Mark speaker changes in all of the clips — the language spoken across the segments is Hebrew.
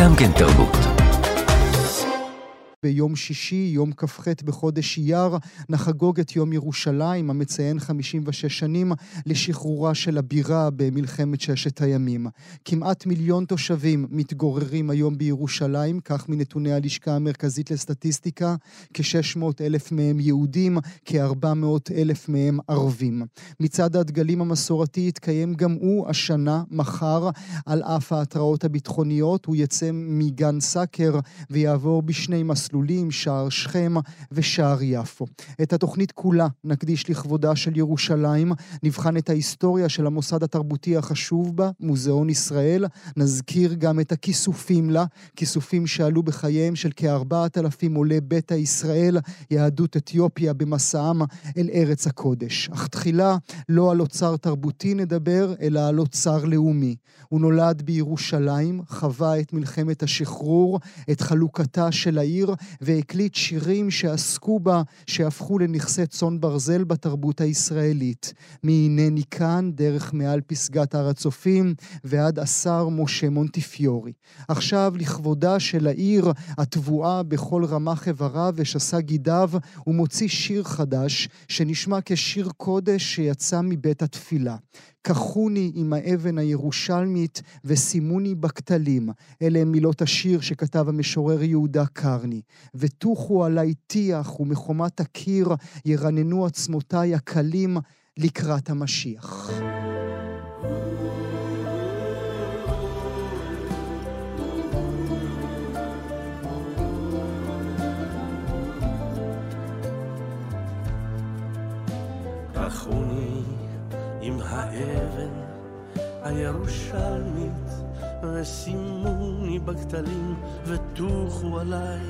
Speaker 1: גם כן תרבות.
Speaker 2: ביום שישי, יום כ"ח בחודש אייר, נחגוג את יום ירושלים, המציין 56 שנים לשחרורה של הבירה במלחמת ששת הימים. כמעט 1,000,000 תושבים מתגוררים היום בירושלים, כך מנתוני הלשכה המרכזית לסטטיסטיקה, כ-600,000 מהם יהודים, כ-400,000 מהם ערבים. מצעד הדגלים המסורתי יתקיים גם הוא השנה, מחר, על אף ההתראות הביטחוניות. הוא יצא מגן סאקר ויעבור בשני מסלולים, שער שכם ושער יפו. את התוכנית כולה נקדיש לכבודה של ירושלים, נבחן את ההיסטוריה של המוסד התרבותי החשוב בה, מוזיאון ישראל, נזכיר גם את הכיסופים לה, כיסופים שעלו בחייהם של כ-4,000 עולי ביתא ישראל, יהדות אתיופיה במסעם אל ארץ הקודש. אך תחילה לא על אוצר תרבותי נדבר, אלא על אוצר לאומי. הוא נולד בירושלים, חווה את מלחמת השחרור, את חלוקתה של העיר, והקליט שירים שעסקו בה, שהפכו לנכסי צאן ברזל בתרבות הישראלית. מהנני כאן, דרך מעל פסגת הר הצופים, ועד אסר משה מונטיפיורי. עכשיו לכבודה של העיר, התבואה בכל רמ"ח איבריו ושס"ה גידיו, הוא מוציא שיר חדש, שנשמע כשיר קודש שיצא מבית התפילה. קחוני עם האבן הירושלמית ושימוני בכתלים. אלה הם מילות השיר שכתב המשורר יהודה קרני. ותוכו עלי טיח ומחומת הקיר ירננו עצמותיי הקלים לקראת המשיח.
Speaker 3: קחוני עם האבן הירושלמית ושימוני בכתלים ותוכו עליי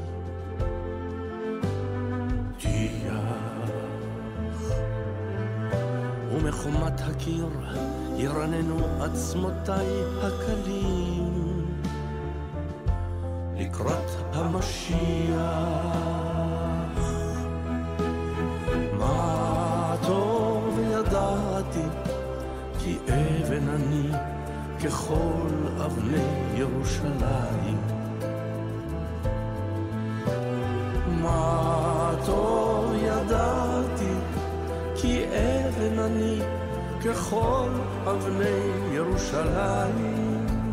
Speaker 3: טיח ומחומת הקיר ירננו עצמותיי הקלים לקראת המשיח. מה טוב ידעתי כי אבן אני ככל אבני ירושלים. מה טוב ידעתי כי אבן אני ככל אבני ירושלים.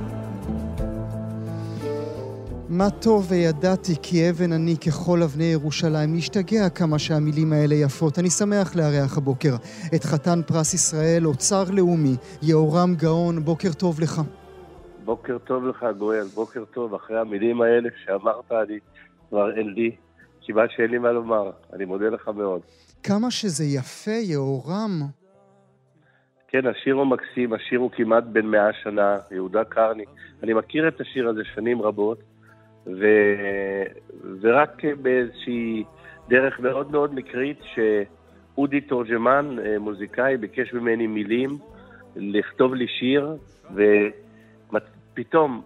Speaker 2: מה טוב וידעתי כי אבן אני ככל אבני ירושלים. משתגע כמה שהמילים האלה יפות. אני שמח לארח הבוקר את חתן פרס ישראל, אוצר לאומי, יהורם גאון. בוקר טוב לך.
Speaker 4: בוקר טוב לך גואל, בוקר טוב. אחרי המילים האלה שאמרת לי, כבר אין לי, כמעט שאין לי מה לומר. אני מודה לך מאוד.
Speaker 2: כמה שזה יפה, יהורם.
Speaker 4: כן, השיר הוא מקסים, השיר הוא כמעט בן 100 שנה, יהודה קרני. אני מכיר את השיר הזה שנים רבות, ורק באיזושהי דרך מאוד מאוד מקרית שאודי תורג'מן, מוזיקאי, ביקש ממני מילים לכתוב לי שיר, ופתאום,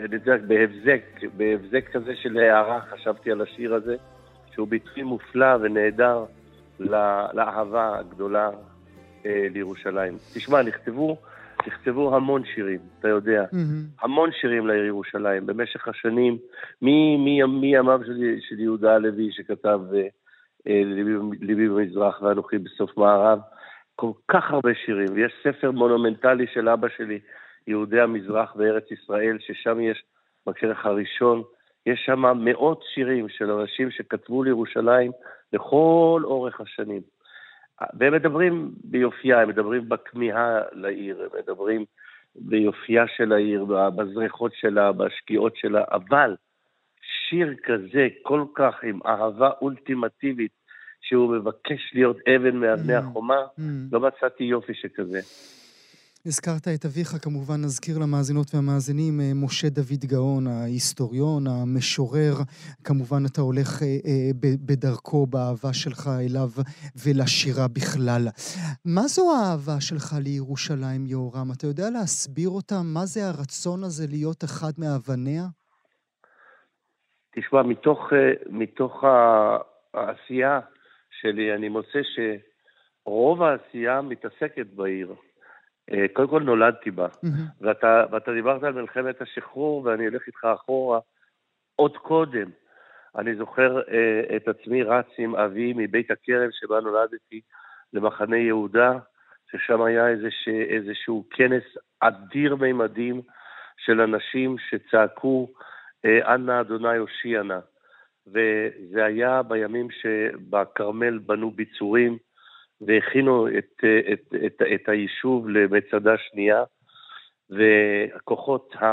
Speaker 4: בהבזק כזה של הערה, חשבתי על השיר הזה, שהוא ביטוי מופלא ונהדר לאהבה הגדולה לירושלים. תשמע, נכתבו המון שירים, אתה יודע, המון שירים לעיר ירושלים, במשך השנים, מימיו של יהודה הלוי שכתב ליבי במזרח ואנוכי בסוף מערב, כל כך הרבה שירים, ויש ספר מונומנטלי של אבא שלי, יהודי המזרח בארץ ישראל, ששם יש בכרך הראשון, יש שם מאות שירים של אנשים שכתבו לירושלים לכל אורך השנים. והם מדברים ביופייה, הם מדברים בכמיהה לעיר, הם מדברים ביופייה של העיר, בזריחות שלה, בשקיעות שלה, אבל שיר כזה כל כך עם אהבה אולטימטיבית, שהוא מבקש להיות אבן מאבני החומה, לא מצאתי יופי שכזה.
Speaker 2: הזכרת את אביך, כמובן נזכיר למאזינות והמאזינים, משה דוד גאון, ההיסטוריון, המשורר, כמובן אתה הולך בדרכו באהבה שלך אליו ולשירה בכלל. מה זו האהבה שלך לירושלים, יהורם? אתה יודע להסביר אותה? מה זה הרצון הזה להיות אחד מאבניה?
Speaker 4: תשמע, מתוך העשייה שלי, אני מוצא שרוב העשייה מתעסקת בעיר. קודם כל נולדתי בה, ואתה דיברת על מלחמת השחרור, ואני אלך איתך אחורה עוד קודם. אני זוכר את עצמי רץ עם אבי מבית הכרם שבה נולדתי למחנה יהודה, ששם היה איזשהו כנס אדיר מימדים של אנשים שצעקו אנא אדוני הושיע נא. וזה היה בימים שבכרמל בנו ביצורים, והכינו את היישוב למצדה שנייה, וכוחות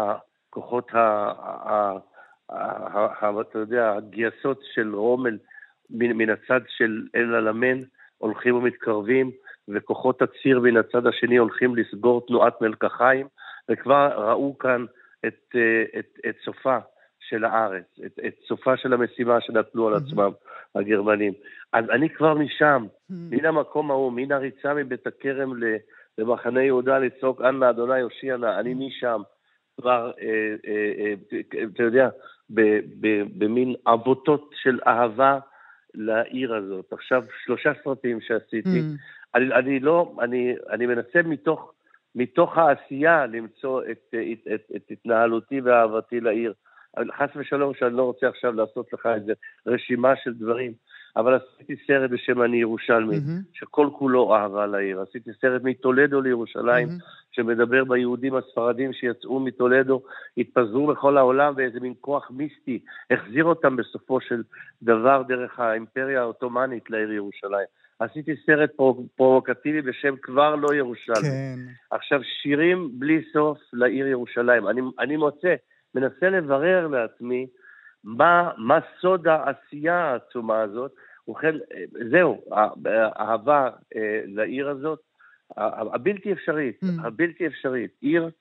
Speaker 4: אתה יודע, הגייסות של רומל מן הצד של אל אלמן הולכים ומתקרבים, וכוחות הציר מן הצד השני הולכים לסגור תנועת מלקחיים, וכבר ראו כאן את סופה של הארץ, את סופה של המשימה שנטלו על עצמם הגרמנים. אז אני כבר משם, מן המקום ההוא, מן הריצה מבית הכרם למחנה יהודה לצעוק אנא אדוני הושיע נא, אני משם כבר, אתה יודע, במין עבותות של אהבה לעיר הזאת. עכשיו 3 סרטים שעשיתי, אני מנסה מתוך העשייה למצוא את התנהלותי ואהבתי לעיר. חס ושלום שאני לא רוצה עכשיו לעשות לך איזה רשימה של דברים, אבל עשיתי סרט בשם אני ירושלמי, שכל כולו אהבה לעיר. עשיתי סרט מטולדו לירושלים, שמדבר ביהודים הספרדים שיצאו מטולדו, התפזרו בכל העולם, ואיזה מין כוח מיסטי החזיר אותם בסופו של דבר דרך האימפריה האוטומנית לעיר ירושלים. עשיתי סרט פרובוקטיבי בשם כבר לא ירושלמי. כן. עכשיו שירים בלי סוף לעיר ירושלים. אני מנסה לברר לעצמי מה סוד העשייה העצומה הזאת, וכן זהו, האהבה לעיר הזאת, הבלתי אפשרית, עיר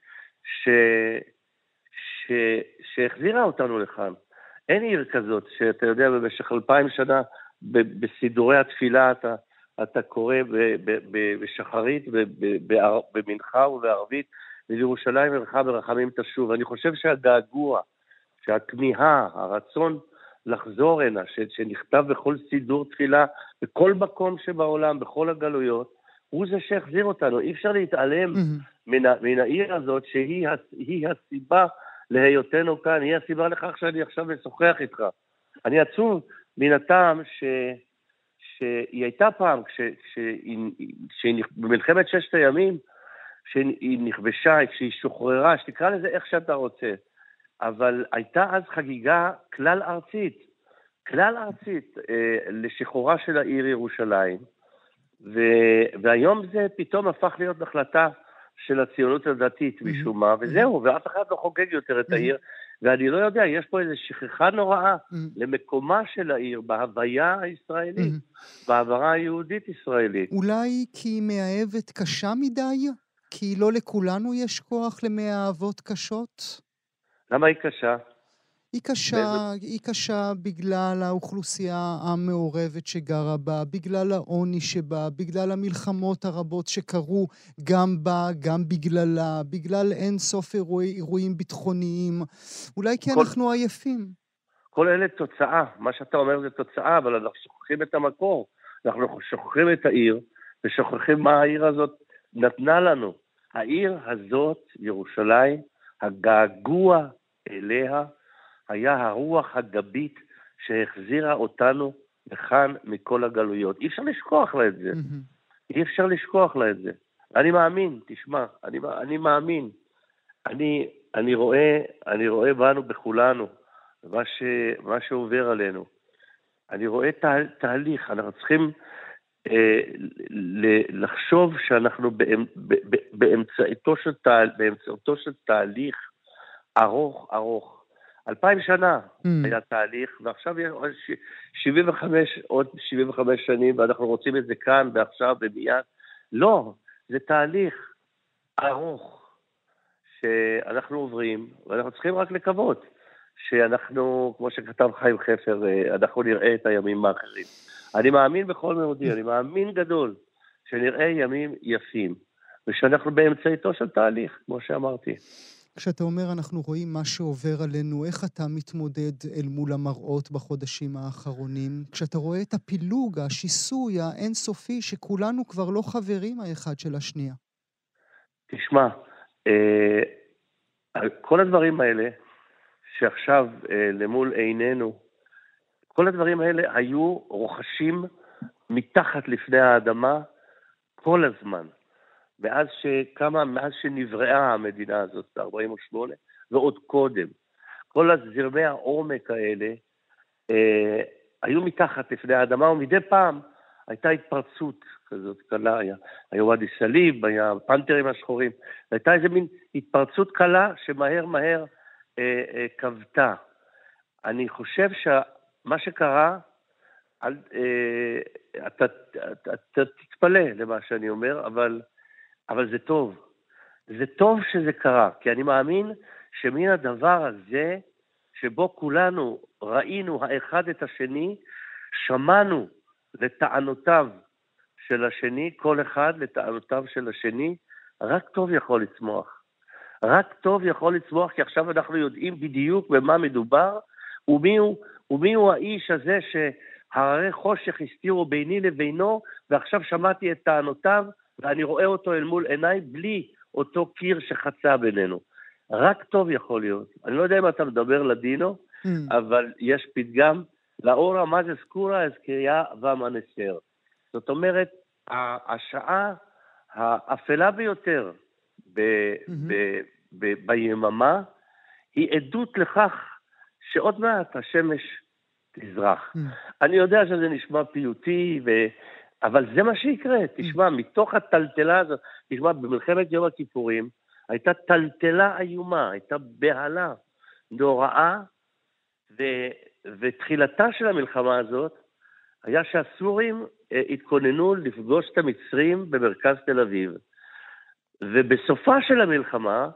Speaker 4: שהחזירה אותנו לכאן. אין עיר כזאת שאתה יודע במשך 2000 שנה בסידורי התפילה אתה קורא בשחרית, במנחה ובערבית, ולירושלים ערך ברחמים תשוב. אני חושב שהגעגוע, שהכמיהה, הרצון לחזור הנה, שנכתב בכל סידור תפילה, בכל מקום שבעולם, בכל הגלויות, הוא זה שהחזיר אותנו. אי אפשר להתעלם מן העיר הזאת, שהיא הסיבה להיותנו כאן, היא הסיבה לכך שאני עכשיו משוחח איתך. אני עצוב מן הטעם שהיא הייתה פעם, במלחמת 6 הימים, שהיא נכבשה, כשהיא שוחררה, שתקרא לזה איך שאתה רוצה, אבל הייתה אז חגיגה כלל ארצית לשחרורה של העיר ירושלים, והיום זה פתאום הפך להיות החלטה של הציונות הדתית משום מה, וזהו, ואף אחד לא חוגג יותר את העיר, ואני לא יודע, יש פה איזו שכחה נוראה למקומה של העיר, בהוויה הישראלית, בהעברה היהודית-ישראלית.
Speaker 2: אולי כי היא מאהבת קשה מדי? כי לא לכולנו יש כוח למאהבות קשות?
Speaker 4: למה היא קשה?
Speaker 2: היא קשה בגלל האוכלוסייה המעורבת שגרה בה, בגלל העוני שבה, בגלל המלחמות הרבות שקרו גם בה, גם בגללה, בגלל אין סוף אירועים ביטחוניים. אולי כי אנחנו עייפים.
Speaker 4: כל אלה תוצאה, מה שאתה אומר זה תוצאה, אבל אנחנו שוכחים את המקור. אנחנו שוכחים את העיר, ושוכחים מה העיר הזאת נתנה לנו. העיר הזאת, ירושלים, הגעגוע אליה, היה הרוח הגבית שהחזירה אותנו לכאן מכל הגלויות. אי אפשר לשכוח לה את זה. אני מאמין, תשמע, אני מאמין. אני רואה בנו בכולנו, מה שעובר עלינו. אני רואה תהליך, אנחנו צריכים לחשוב שאנחנו באמצעותו של תהליך ארוך. 2000 שנה היה תהליך, ועכשיו יש עוד 75 שנים, ואנחנו רוצים את זה כאן ועכשיו ומיד. לא, זה תהליך ארוך שאנחנו עוברים, ואנחנו צריכים רק לקוות שאנחנו, כמו שכתב חיים חפר, אנחנו נראה את הימים האחרים. אני מאמין בכל מאודי, אני מאמין גדול שנראה ימים יפים, ושאנחנו באמצעיתו של תהליך, כמו שאמרתי.
Speaker 2: כשאתה אומר אנחנו רואים מה שעובר עלינו, איך אתה מתמודד אל מול המראות בחודשים האחרונים? כשאתה רואה את הפילוג, השיסוי האינסופי, שכולנו כבר לא חברים האחד של השנייה.
Speaker 4: תשמע, כל הדברים האלה שעכשיו למול עינינו, כל הדברים האלה היו רוחשים מתחת לפני האדמה כל הזמן. מאז שנבראה המדינה הזאת ב-48, ועוד קודם. כל הזרמי העומק האלה היו מתחת לפני האדמה, ומדי פעם הייתה התפרצות כזאת קלה, היה ואדי סאליב, היה פנתרים השחורים, הייתה איזה מין התפרצות קלה שמהר מהר קבטה. אני חושב שמה שקרה, אתה תתפלא למה שאני אומר, אבל זה טוב. זה טוב שזה קרה, כי אני מאמין שמן הדבר הזה, שבו כולנו ראינו האחד את השני, שמענו לטענותיו של השני, כל אחד לטענותיו של השני, רק טוב יכול לצמוח. רק טוב יכול לצמוח, כי עכשיו אנחנו יודעים בדיוק במה מדובר, ומי הוא האיש הזה שהררי חושך הסתירו ביני לבינו, ועכשיו שמעתי את טענותיו, ואני רואה אותו אל מול עיניי, בלי אותו קיר שחצה בינינו. רק טוב יכול להיות. אני לא יודע אם אתה מדבר לדינו, אבל יש פתגם, לאורה מה זה סקורה, אז קריאה ומנסר. זאת אומרת, השעה האפלה ביותר ביממה, היא עדות לכך שעוד מעט השמש תזרח. אני יודע שזה נשמע פיוטי, אבל זה מה שיקרה. תשמע, מתוך הטלטלה הזאת, תשמע, במלחמת יום הכיפורים, הייתה טלטלה איומה, הייתה בהלה נוראה, ותחילתה של המלחמה הזאת, היה שהסורים התכוננו לפגוש את המצרים במרכז תל אביב. ובסופה של המלחמה,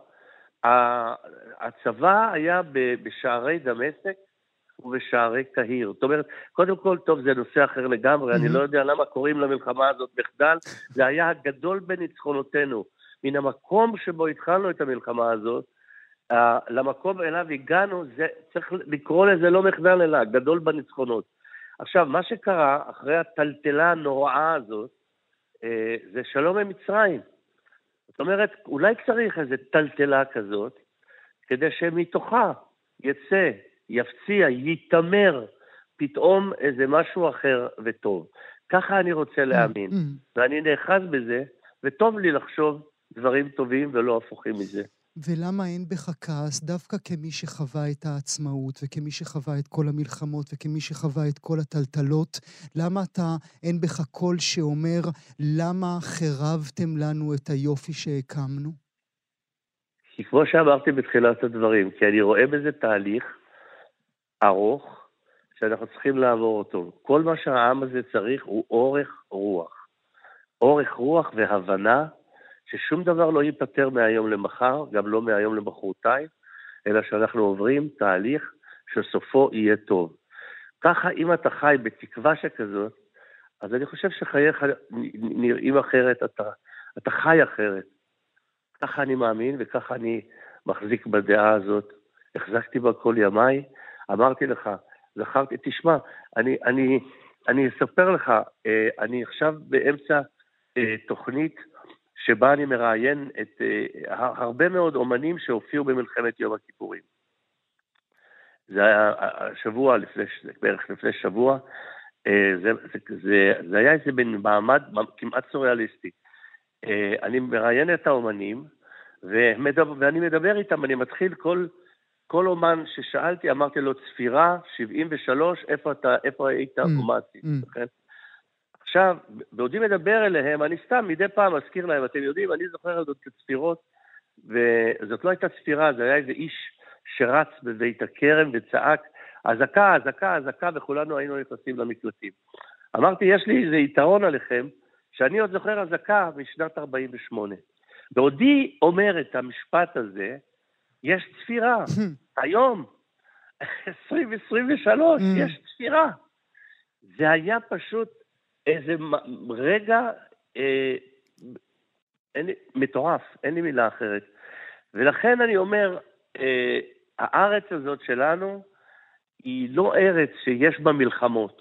Speaker 4: הצבא היה בשערי דמשק ובשערי קהיר. זאת אומרת, קודם כל, טוב, זה נושא אחר לגמרי, אני לא יודע למה קוראים למלחמה הזאת מחדל, זה היה הגדול בניצחונותינו. מן המקום שבו התחלנו את המלחמה הזאת, למקום אליו הגענו, צריך לקרוא לזה לא מחדל אלא, גדול בניצחונות. עכשיו, מה שקרה אחרי הטלטלה הנוראה הזאת, זה שלום עם מצרים. זאת אומרת, אולי צריך איזו טלטלה כזאת, כדי שמתוכה יצא, יפציע, יתמר, פתאום איזה משהו אחר וטוב. ככה אני רוצה להאמין. ואני נאחז בזה, וטוב לי לחשוב דברים טובים ולא הפוכים מזה.
Speaker 2: ולמה אין בך כעס, דווקא כמי שחווה את העצמאות, וכמי שחווה את כל המלחמות, וכמי שחווה את כל הטלטלות, למה אין בך קול שאומר, למה חרבתם לנו את היופי שהקמנו?
Speaker 4: כי כמו שאמרתי בתחילת הדברים, כי אני רואה בזה תהליך ארוך, שאנחנו צריכים לעבור אותו. כל מה שהעם הזה צריך הוא אורך רוח. אורך רוח והבנה, ששום דבר לא ייפטר מהיום למחר, גם לא מהיום למחרתיים, אלא שאנחנו עוברים תהליך שסופו יהיה טוב. ככה, אם אתה חי בתקווה שכזאת, אז אני חושב שחייך נראים אחרת, אתה חי אחרת. ככה אני מאמין, וככה אני מחזיק בדעה הזאת. החזקתי בה כל ימיי, אמרתי לך, זכרתי, תשמע, אני אספר לך, אני עכשיו באמצע תוכנית, שבה אני מראיין את הרבה מאוד אומנים שהופיעו במלחמת יום הכיפורים. זה היה שבוע, בערך לפני שבוע, זה היה איזה בין מעמד כמעט סוריאליסטי. אני מראיין את האומנים, ואני מדבר איתם, אני מתחיל כל אומן ששאלתי, אמרתי לו, צפירה, 73, איפה היית אומנתי? עכשיו, בעודי מדבר אליהם, אני סתם מדי פעם מזכיר להם, אתם יודעים, אני זוכר את הצפירות, וזאת לא הייתה צפירה, זה היה איזה איש שרץ בבית הכרם וצעק, אזעקה, אזעקה, אזעקה, וכולנו היינו נכנסים למקלטים. אמרתי, יש לי איזה יתרון עליכם, שאני עוד זוכר אזעקה משנת 48. בעודי אומר את המשפט הזה, יש צפירה, היום, 2023, יש צפירה. זה היה פשוט, איזה רגע מטורף, אין לי מילה אחרת. ולכן אני אומר, הארץ הזאת שלנו היא לא ארץ שיש בה מלחמות,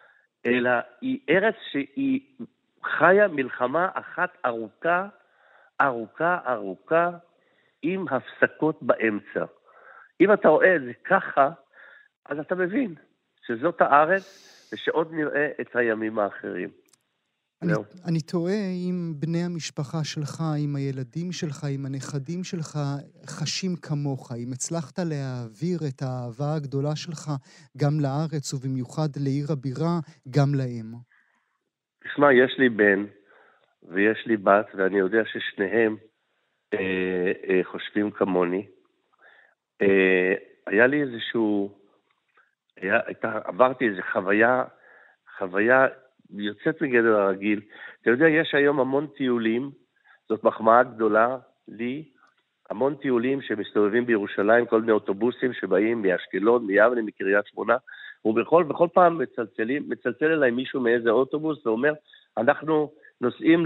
Speaker 4: אלא היא ארץ שהיא חיה מלחמה אחת ארוכה ארוכה ארוכה עם הפסקות באמצע. אם אתה רואה את זה ככה, אז אתה מבין שזאת הארץ ושעוד נראה את הימים האחרים.
Speaker 2: אני תוהה אם בני המשפחה שלך, עם הילדים שלך, עם הנכדים שלך, חשים כמוך, אם הצלחת להעביר את האהבה הגדולה שלך גם לארץ ובמיוחד לעיר הבירה, גם להם.
Speaker 4: תשמע, יש לי בן ויש לי בת, ואני יודע ששניהם חושבים כמוני. היה לי עברתי איזו חוויה יוצאת מגדר הרגיל. אתה יודע, יש היום המון טיולים, זאת מחמאה גדולה לי, המון טיולים שמסתובבים בירושלים, כל מיני אוטובוסים שבאים מאשקלון, מיבנה, מקריית שמונה, ובכל פעם מצלצל אליי מישהו מאיזה אוטובוס, ואומר, אנחנו נוסעים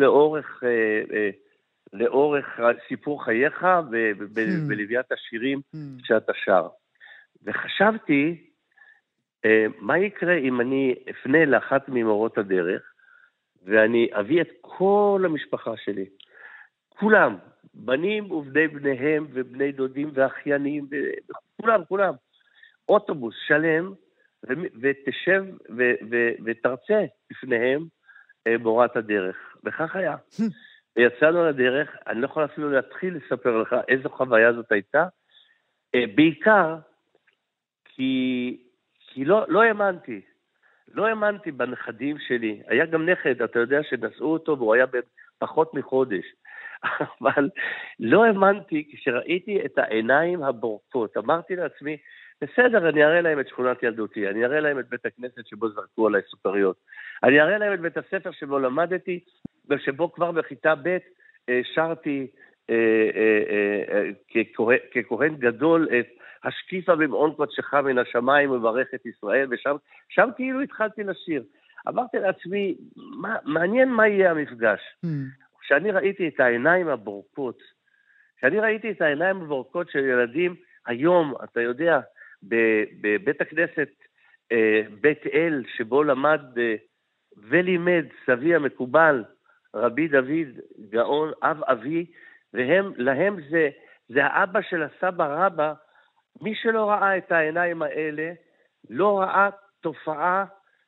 Speaker 4: לאורך סיפור חייך, בלוויית השירים שאתה שר. וחשבתי, מה יקרה אם אני אפנה לאחת ממורות הדרך, ואני אביא את כל המשפחה שלי, כולם, בנים ובני בניהם, ובני דודים ואחיינים, כולם, אוטובוס שלם, ותשב ותרצה בפניהם מורת הדרך. וכך היה. ויצאנו לדרך, אני לא יכול אפילו להתחיל לספר לך איזו חוויה זאת הייתה, בעיקר כי לא האמנתי בנכדים שלי. היה גם נכד, אתה יודע, שנשאו אותו, והוא היה פחות מחודש. אבל לא האמנתי כשראיתי את העיניים הבורקות. אמרתי לעצמי, בסדר, אני אראה להם את שכונת ילדותי, אני אראה להם את בית הכנסת שבו זרקו עליי סוכריות, אני אראה להם את בית הספר שבו למדתי, ושבו כבר בכיתה ב' שרתי ככהן גדול את השקיפה במעון קודשך מן השמיים וברך את ישראל, ושם כאילו התחלתי לשיר. אמרתי לעצמי, מעניין מה יהיה המפגש. כשאני ראיתי את העיניים הבורקות, של ילדים, היום, אתה יודע, בבית הכנסת בית אל, שבו למד ולימד סבי המקובל, רבי דוד גאון, אב אבי, להם זה האבא של הסבא רבא. מי שלא ראה את העיניים האלה, לא ראה תופעה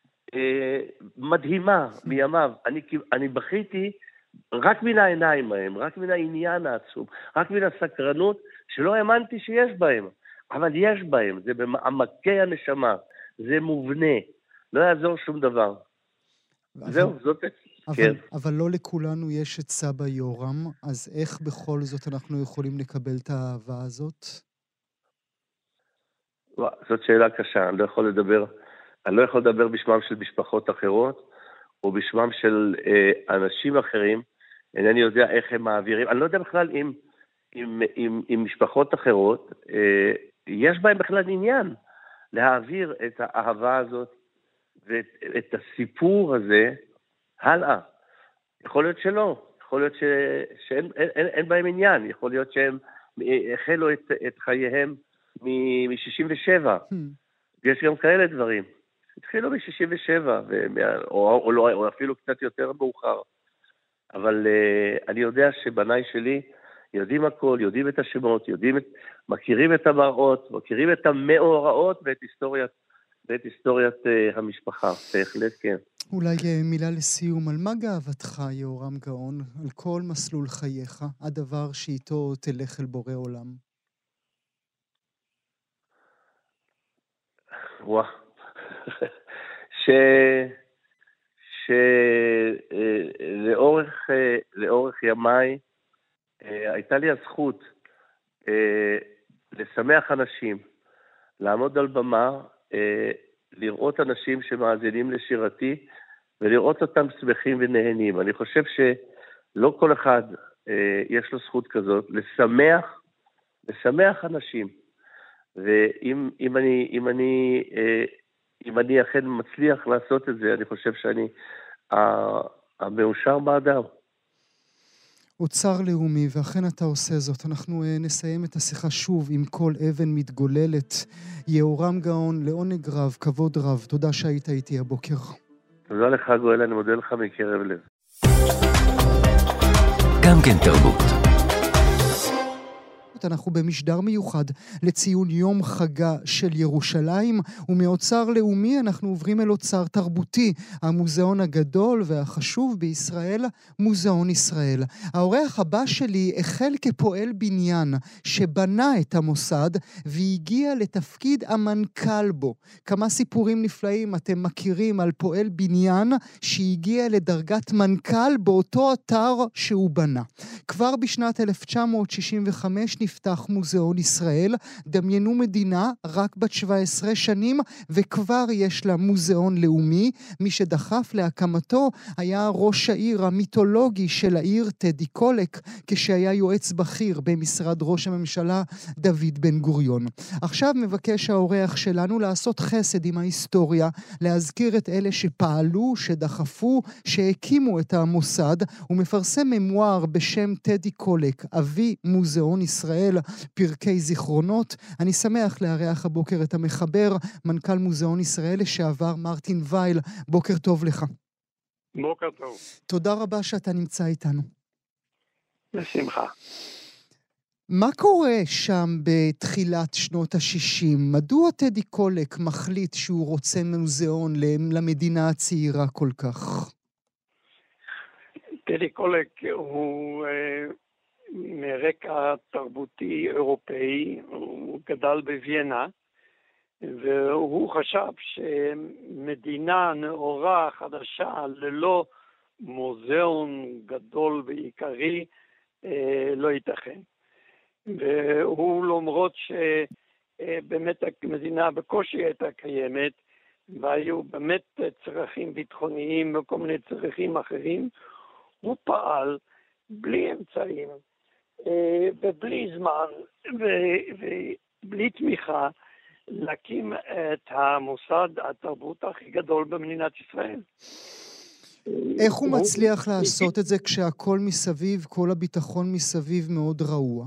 Speaker 4: מדהימה מימיו. אני בכיתי רק מן העיניים מהם, רק מן העניין העצום, רק מן הסקרנות שלא האמנתי שיש בהם. אבל יש בהם, זה במעמקי הנשמה, זה מובנה, לא יעזור שום דבר. זהו, זאת...
Speaker 2: אבל לא לכולנו יש את סבא יורם, אז איך בכל זאת אנחנו יכולים לקבל את האהבה הזאת?
Speaker 4: זאת שאלה קשה, אני לא יכול לדבר בשמם של משפחות אחרות, או בשמם של אנשים אחרים, אינני יודע איך הם מעבירים, אני לא יודע בכלל אם משפחות אחרות, יש בהם בכלל עניין להעביר את האהבה הזאת, ואת הסיפור הזה הלאה. יכול להיות שלא, יכול להיות שאין בהם עניין, יכול להיות שהם החלו את חייהם מ-67. יש גם כאלה דברים. התחילו מ-67, או אפילו קצת יותר מאוחר. אבל אני יודע שבניי שלי יודעים הכל, יודעים את השמות, מכירים את המראות, מכירים את המאורעות ואת היסטוריית המשפחה. בהחלט כן.
Speaker 2: אולי מילה לסיום, על מה גאוותך, יהורם גאון, על כל מסלול חייך, הדבר שאיתו תלך אל בורא עולם?
Speaker 4: וואו. לאורך ימיי הייתה לי הזכות לשמח אנשים, לעמוד על במה, לראות אנשים שמאזינים לשירתי, ולראות אותם שמחים ונהנים. אני חושב שלא כל אחד יש לו זכות כזאת, לשמח אנשים. ואם אני אכן מצליח לעשות את זה, אני חושב שאני המאושר באדם.
Speaker 2: אוצר לאומי, ואכן אתה עושה זאת. אנחנו נסיים את השיחה שוב עם כל אבן מתגוללת. יהורם גאון, לעונג רב, כבוד רב. תודה שהיית איתי הבוקר.
Speaker 4: תודה לך גואל, אני מודה לך מקרב לב.
Speaker 1: גם כן תרבות.
Speaker 2: דקות אנחנו במשדר מיוחד לציון יום חגה של ירושלים, ומאוצר לאומי אנחנו עוברים אל אוצר תרבותי, המוזיאון הגדול והחשוב בישראל, מוזיאון ישראל. האורח הבא שלי החל כפועל בניין שבנה את המוסד והגיע לתפקיד המנכ"ל בו. כמה סיפורים נפלאים אתם מכירים על פועל בניין שהגיע לדרגת מנכ"ל באותו אתר שהוא בנה. כבר בשנת 1965 נפתח מוזיאון ישראל. דמיינו מדינה רק בת 17 שנים וכבר יש לה מוזיאון לאומי. מי שדחף להקמתו היה ראש העיר המיתולוגי של העיר טדי קולק, כשהיה יועץ בכיר במשרד ראש הממשלה דוד בן גוריון. עכשיו מבקש האורח שלנו לעשות חסד עם ההיסטוריה, להזכיר את אלה שפעלו, שדחפו, שהקימו את המוסד, ומפרסם ממואר בשם טדי קולק, אבי מוזיאון ישראל, פרקי זיכרונות. אני שמח לארח הבוקר את המחבר, מנכ"ל מוזיאון ישראל לשעבר מרטין וייל. בוקר טוב לך.
Speaker 1: בוקר טוב.
Speaker 2: תודה רבה שאתה נמצא איתנו.
Speaker 1: בשמחה.
Speaker 2: מה קורה שם בתחילת שנות ה-60? מדוע טדי קולק מחליט שהוא רוצה מוזיאון למדינה הצעירה כל כך?
Speaker 1: טדי קולק הוא מרקע תרבותי אירופאי, הוא גדל בוויינה, והוא חשב שמדינה נאורה חדשה ללא מוזיאון גדול ועיקרי לא ייתכן. והוא למרות שבאמת המדינה בקושי הייתה קיימת, והיו באמת צרכים ביטחוניים וכל מיני צרכים אחרים, הוא פעל בלי אמצעים ובלי זמן ובלי תמיכה להקים את המוסד התרבות הכי גדול במדינת ישראל.
Speaker 2: איך הוא מצליח לעשות את זה כשהכל מסביב, כל הביטחון מסביב מאוד רעוע?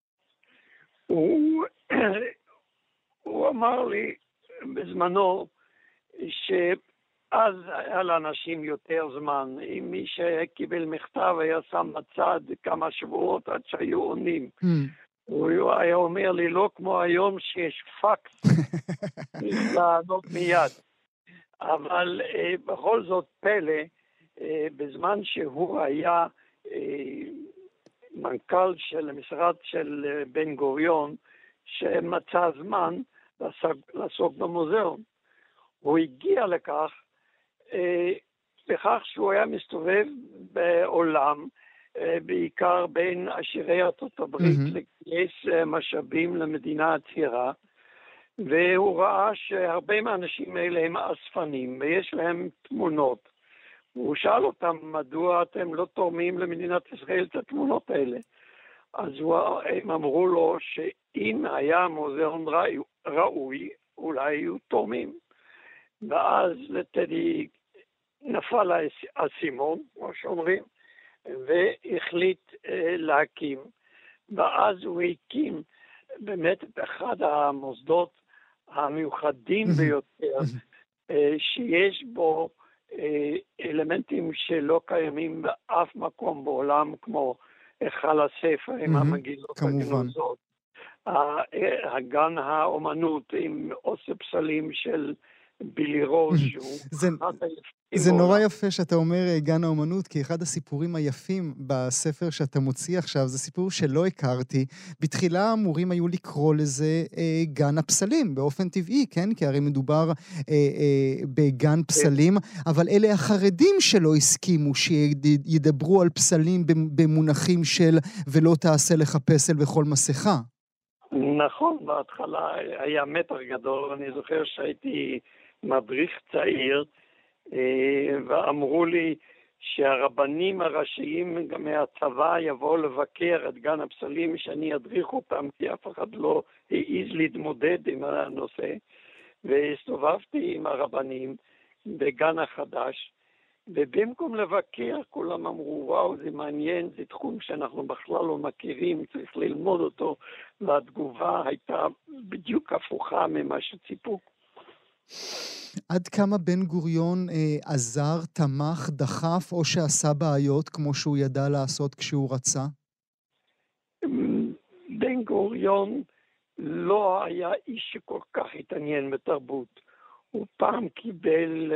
Speaker 1: הוא אמר לי בזמנו שאז היה לאנשים יותר זמן. אם מי שקיבל מכתב היה שם בצד כמה שבועות עד שהיו עונים. הוא היה אומר לי, לא כמו היום שיש פקס לענות מיד. אבל בכל זאת פלא, בזמן שהוא היה מנכ"ל של המשרד של בן גוריון, שמצא זמן לעסוק במוזיאון. הוא הגיע לכך שהוא היה מסתובב בעולם, בעיקר בין עשירי ארצות הברית, לגייס משאבים למדינה הצעירה, והוא ראה שהרבה מהאנשים האלה הם אספנים, ויש להם תמונות. הוא שאל אותם, מדוע אתם לא תורמים למדינת ישראל את התמונות האלה? אז הם אמרו לו שאם היה מוזיאון ראוי, אולי היו תורמים. ואז לטדי נפל האסימון, כמו שאומרים, והחליט להקים. ואז הוא הקים באמת את אחד המוסדות המיוחדים ביותר, שיש בו אלמנטים שלא קיימים באף מקום בעולם, כמו היכל הספר עם המגילות הגנוזות, הגן האומנות עם אוסף פסלים של בילי רוז,
Speaker 2: זה נורא יפה שאתה אומר גן האומנות, כי אחד הסיפורים היפים בספר שאתה מוציא עכשיו, זה סיפור שלא הכרתי. בתחילה אמורים היו לקרוא לזה גן הפסלים, באופן טבעי, כן? כי הרי מדובר בגן פסלים, אבל אלה החרדים שלא הסכימו שידברו על פסלים במונחים של ולא תעשה לך פסל בכל מסכה.
Speaker 1: נכון, בהתחלה היה מתח גדול, אני זוכר שהייתי מדריך צעיר, ואמרו לי שהרבנים הראשיים גם מהצבא יבואו לבקר את גן הפסלים, שאני אדריך אותם, כי אף אחד לא העז להתמודד עם הנושא. והסתובבתי עם הרבנים בגן החדש, ובמקום לבקר, כולם אמרו, וואו, זה מעניין, זה תחום שאנחנו בכלל לא מכירים, צריך ללמוד אותו, והתגובה הייתה בדיוק הפוכה ממה שציפו.
Speaker 2: עד כמה בן גוריון עזר, תמך, דחף, או שעשה בעיות כמו שהוא ידע לעשות כשהוא רצה?
Speaker 1: בן גוריון לא היה איש שכל כך התעניין בתרבות. הוא פעם קיבל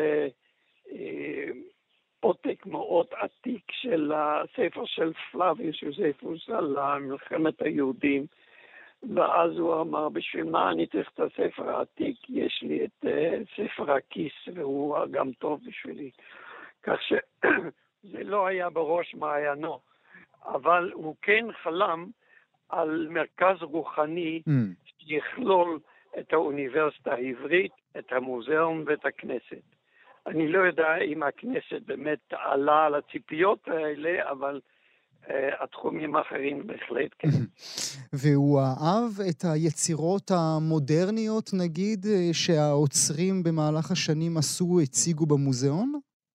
Speaker 1: עותק מאוד עתיק של הספר של פלאביוס יוזפוס על מלחמת היהודים, ואז הוא אמר, בשביל מה אני צריך את הספר העתיק? יש לי את ספר הכיס, והוא גם טוב בשבילי. כך שזה לא היה בראש מעיינו, אבל הוא כן חלם על מרכז רוחני שיכלול את האוניברסיטה העברית, את המוזיאון ואת הכנסת. אני לא יודע אם הכנסת באמת עלה על הציפיות האלה, אבל התחומים האחרים בהחלט כן.
Speaker 2: והוא אהב את היצירות המודרניות, נגיד, שהאוצרים במהלך השנים הציגו במוזיאון?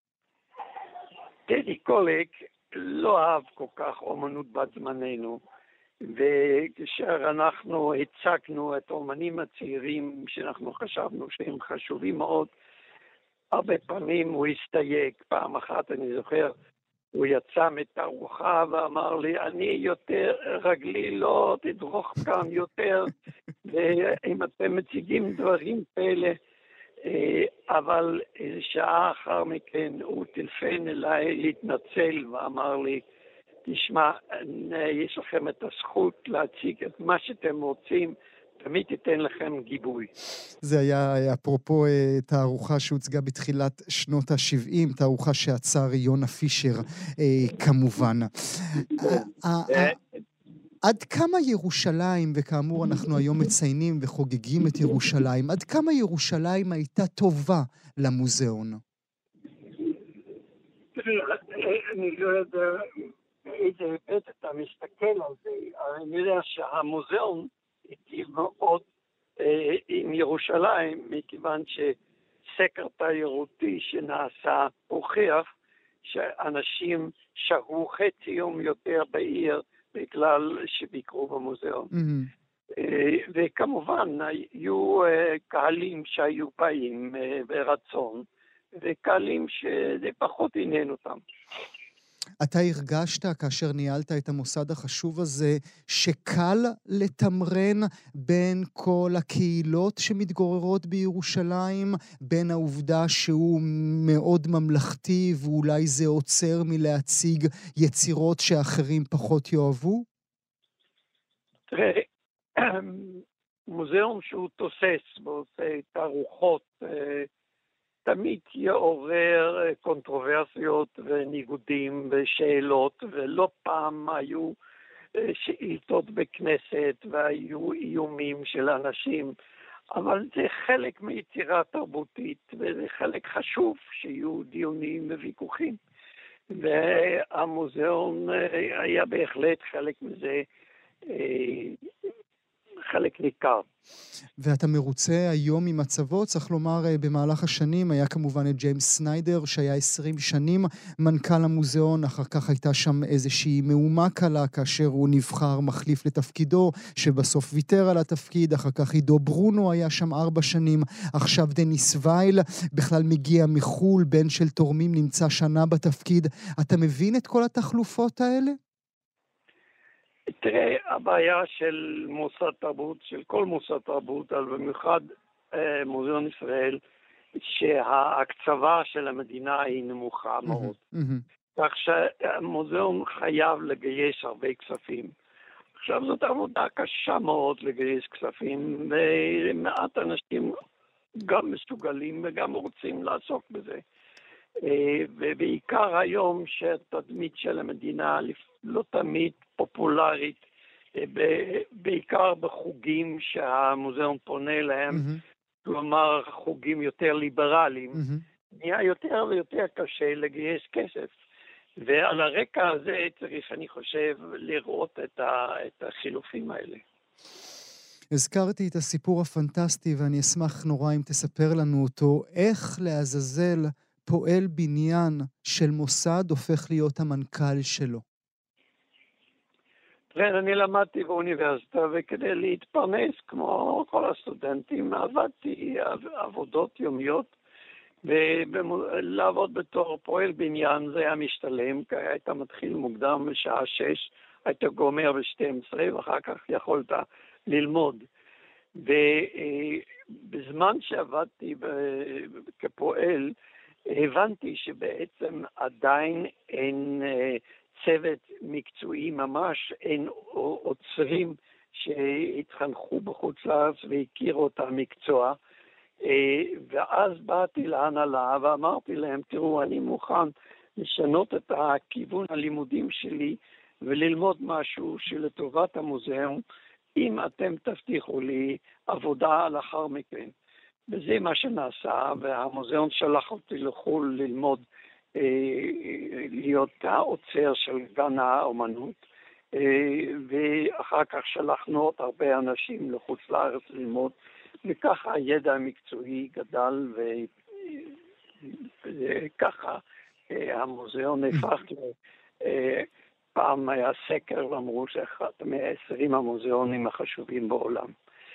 Speaker 1: טדי קולק לא אהב כל כך אומנות בת זמננו, וכאשר אנחנו הצגנו את האומנים הצעירים שאנחנו חשבנו שהם חשובים מאוד, הרבה פעמים הוא הסתייג. פעם אחת אני זוכר, הוא יצא מתערוכה ואמר לי, אני יותר, רגלי לא תדרוך כאן יותר, ואם אתם מציגים דברים כאלה, אבל שעה אחר מכן הוא טלפן אליי להתנצל ואמר לי, תשמע, יש לכם את הזכות להציג את מה שאתם רוצים, תמיד תיתן לכם גיבוי.
Speaker 2: זה היה אפרופו תערוכה שהוצגה בתחילת שנות ה-70, תערוכה שעצר יונה פישר כמובן. עד כמה ירושלים, וכאמור אנחנו היום מציינים וחוגגים את ירושלים, עד כמה ירושלים הייתה טובה למוזיאון?
Speaker 1: אני לא יודע איזה היבט אתה מסתכל על זה. אני יודע שהמוזיאון היטיב מאוד עם ירושלים, מכיוון שסקר תיירותי שנעשה הוכיח שאנשים שהו חצי יום יותר בעיר בגלל שביקרו במוזיאון. וכמובן היו קהלים שהיו באים ברצון, וקהלים שזה פחות עניין אותם.
Speaker 2: אתה הרגשת כאשר ניהלת את המוסד החשוב הזה שקל לתמרן בין כל הקהילות שמתגוררות בירושלים, בין העובדה שהוא מאוד ממלכתי ואולי זה עוצר מלהציג יצירות שאחרים פחות יאהבו?
Speaker 1: תראה, מוזיאון שהוא תוסס ועושה תערוכות, תמיד יעורר קונטרוברסיות וניגודים ושאלות, ולא פעם היו שאילתות בכנסת והיו איומים של אנשים, אבל זה חלק מיצירה תרבותית וזה חלק חשוב שיהיו דיונים וויכוחים, והמוזיאון היה בהחלט חלק מזה, חלק ניכר.
Speaker 2: ואתה מרוצה היום ממצבו? צריך לומר, במהלך השנים היה כמובן את ג'יימס סניידר, שהיה 20 שנים מנכ"ל המוזיאון, אחר כך הייתה שם איזושהי מהומה קלה, כאשר הוא נבחר מחליף לתפקידו, שבסוף ויתר על התפקיד, אחר כך עידו ברונו היה שם 4 שנים, עכשיו דניס וייל, בכלל מגיע מחול, בן של תורמים נמצא שנה בתפקיד. אתה מבין את כל התחלופות האלה?
Speaker 1: תראה, הבעיה של מוסד תרבות, של כל מוסד תרבות, אבל במיוחד מוזיאון ישראל, שההקצבה של המדינה היא נמוכה מאוד. כך שהמוזיאון חייב לגייס הרבה כספים. עכשיו זאת עבודה קשה מאוד לגייס כספים, ומעט אנשים גם מסוגלים וגם רוצים לעסוק בזה. ובעיקר היום שהתדמית של המדינה לא תמיד פופולרית, בעיקר בחוגים שהמוזיאון פונה להם, כלומר חוגים יותר ליברליים, נהיה יותר ויותר קשה לגייס כסף. ועל הרקע הזה צריך, אני חושב, לראות את החילופים האלה.
Speaker 2: הזכרתי את הסיפור הפנטסטי, ואני אשמח נורא אם תספר לנו אותו. איך לעזאזל פועל בניין של מוסד הופך להיות המנכ"ל שלו?
Speaker 1: אני למדתי באוניברסיטה, וכדי להתפרנס כמו כל הסטודנטים, עבדתי עבודות יומיות, ולעבוד בתור פועל בניין זה היה משתלם, כי היית מתחיל מוקדם בשעה 6, היית גומר ב-12 ואחר כך יכולת ללמוד. ובזמן שעבדתי כפועל, הבנתי שבעצם עדיין אין צוות מקצועי ממש, אין עוצרים שהתחנכו בחוץ לארץ והכירו את המקצוע. ואז באתי להנהלה ואמרתי להם, תראו, אני מוכן לשנות את הכיוון הלימודים שלי וללמוד משהו שלטובת המוזיאון, אם אתם תבטיחו לי עבודה לאחר מכן. וזה מה שנעשה, והמוזיאון שלח אותי לחו"ל ללמוד, להיות העוצר של גן האומנות, ואחר כך שלחנו עוד הרבה אנשים לחוץ לארץ ללמוד, וככה הידע המקצועי גדל, וככה המוזיאון הפך פעם היה סקר, ואמרו שאחד מ-20 המוזיאונים החשובים בעולם.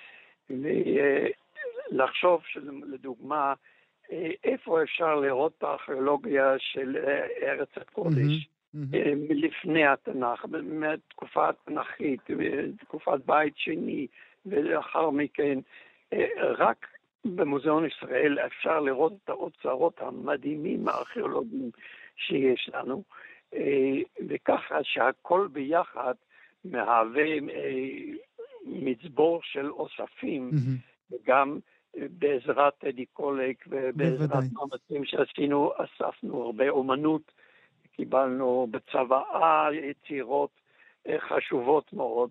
Speaker 1: ולחשוב לדוגמה, איפה אפשר לראות את הארכיאולוגיה של ארץ הקודש, מלפני התנ"ך, מתקופה התנ"כית, תקופת בית שני, ולאחר מכן, רק במוזיאון ישראל אפשר לראות את האוצרות המדהימים הארכיאולוגיים שיש לנו, וככה שהכל ביחד מהווה מצבור של אוספים, וגם בעזרת טדי קולק ובעזרת מאמצים שעשינו, אספנו הרבה אומנות, קיבלנו בצוואה יצירות חשובות מאוד,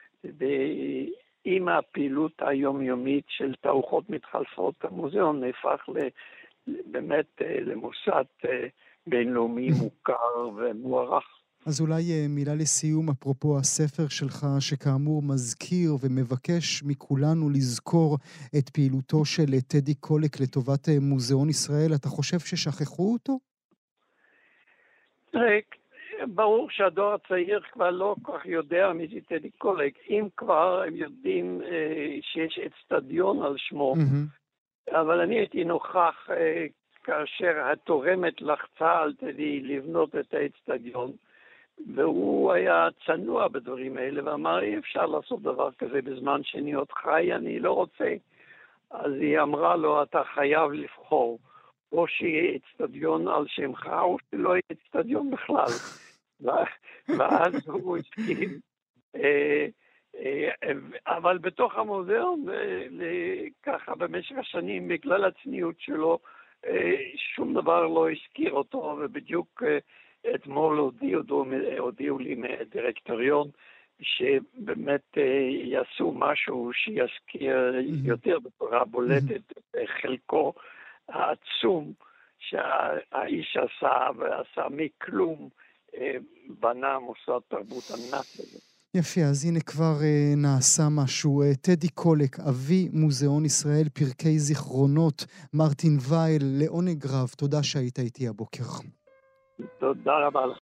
Speaker 1: ועם הפעילות היומיומית של תערוכות מתחלפות, המוזיאון נהפך באמת למוסד בינלאומי מוכר ומוערך.
Speaker 2: אז אולי מילה לסיום, אפרופו הספר שלך, שכאמור מזכיר ומבקש מכולנו לזכור את פעילותו של טדי קולק לטובת מוזיאון ישראל. אתה חושב ששכחו אותו?
Speaker 1: ברור שהדור הצעיר כבר לא כל כך יודע מי זה טדי קולק. אם כבר הם יודעים שיש אצטדיון על שמו, אבל אני הייתי נוכח כאשר התורמת לחצה על טדי לבנות את האצטדיון, והוא היה צנוע בדברים האלה, ואמר, אי אפשר לעשות דבר כזה בזמן שאני עוד חי, אני לא רוצה. אז היא אמרה לו, אתה חייב לבחור, או שיהיה אצטדיון על שמך, או שלא יהיה אצטדיון בכלל. ואז הוא הסכים. אבל בתוך המוזיאון, ככה במשך השנים, בגלל הצניעות שלו, שום דבר לא הזכיר אותו, ובדיוק אתמול הודיעו לי מהדירקטוריון, שבאמת יעשו משהו שיזכיר יותר בצורה בולטת חלקו העצום שהאיש עשה, ועשה מכלום, בנה מוסד תרבות ענק הזה.
Speaker 2: יפה, אז הנה כבר נעשה משהו. טדי קולק, אבי מוזיאון ישראל, פרקי זיכרונות, מרטין וייל, לעונג רב, תודה שהיית איתי הבוקר.
Speaker 1: תודה רבה לך.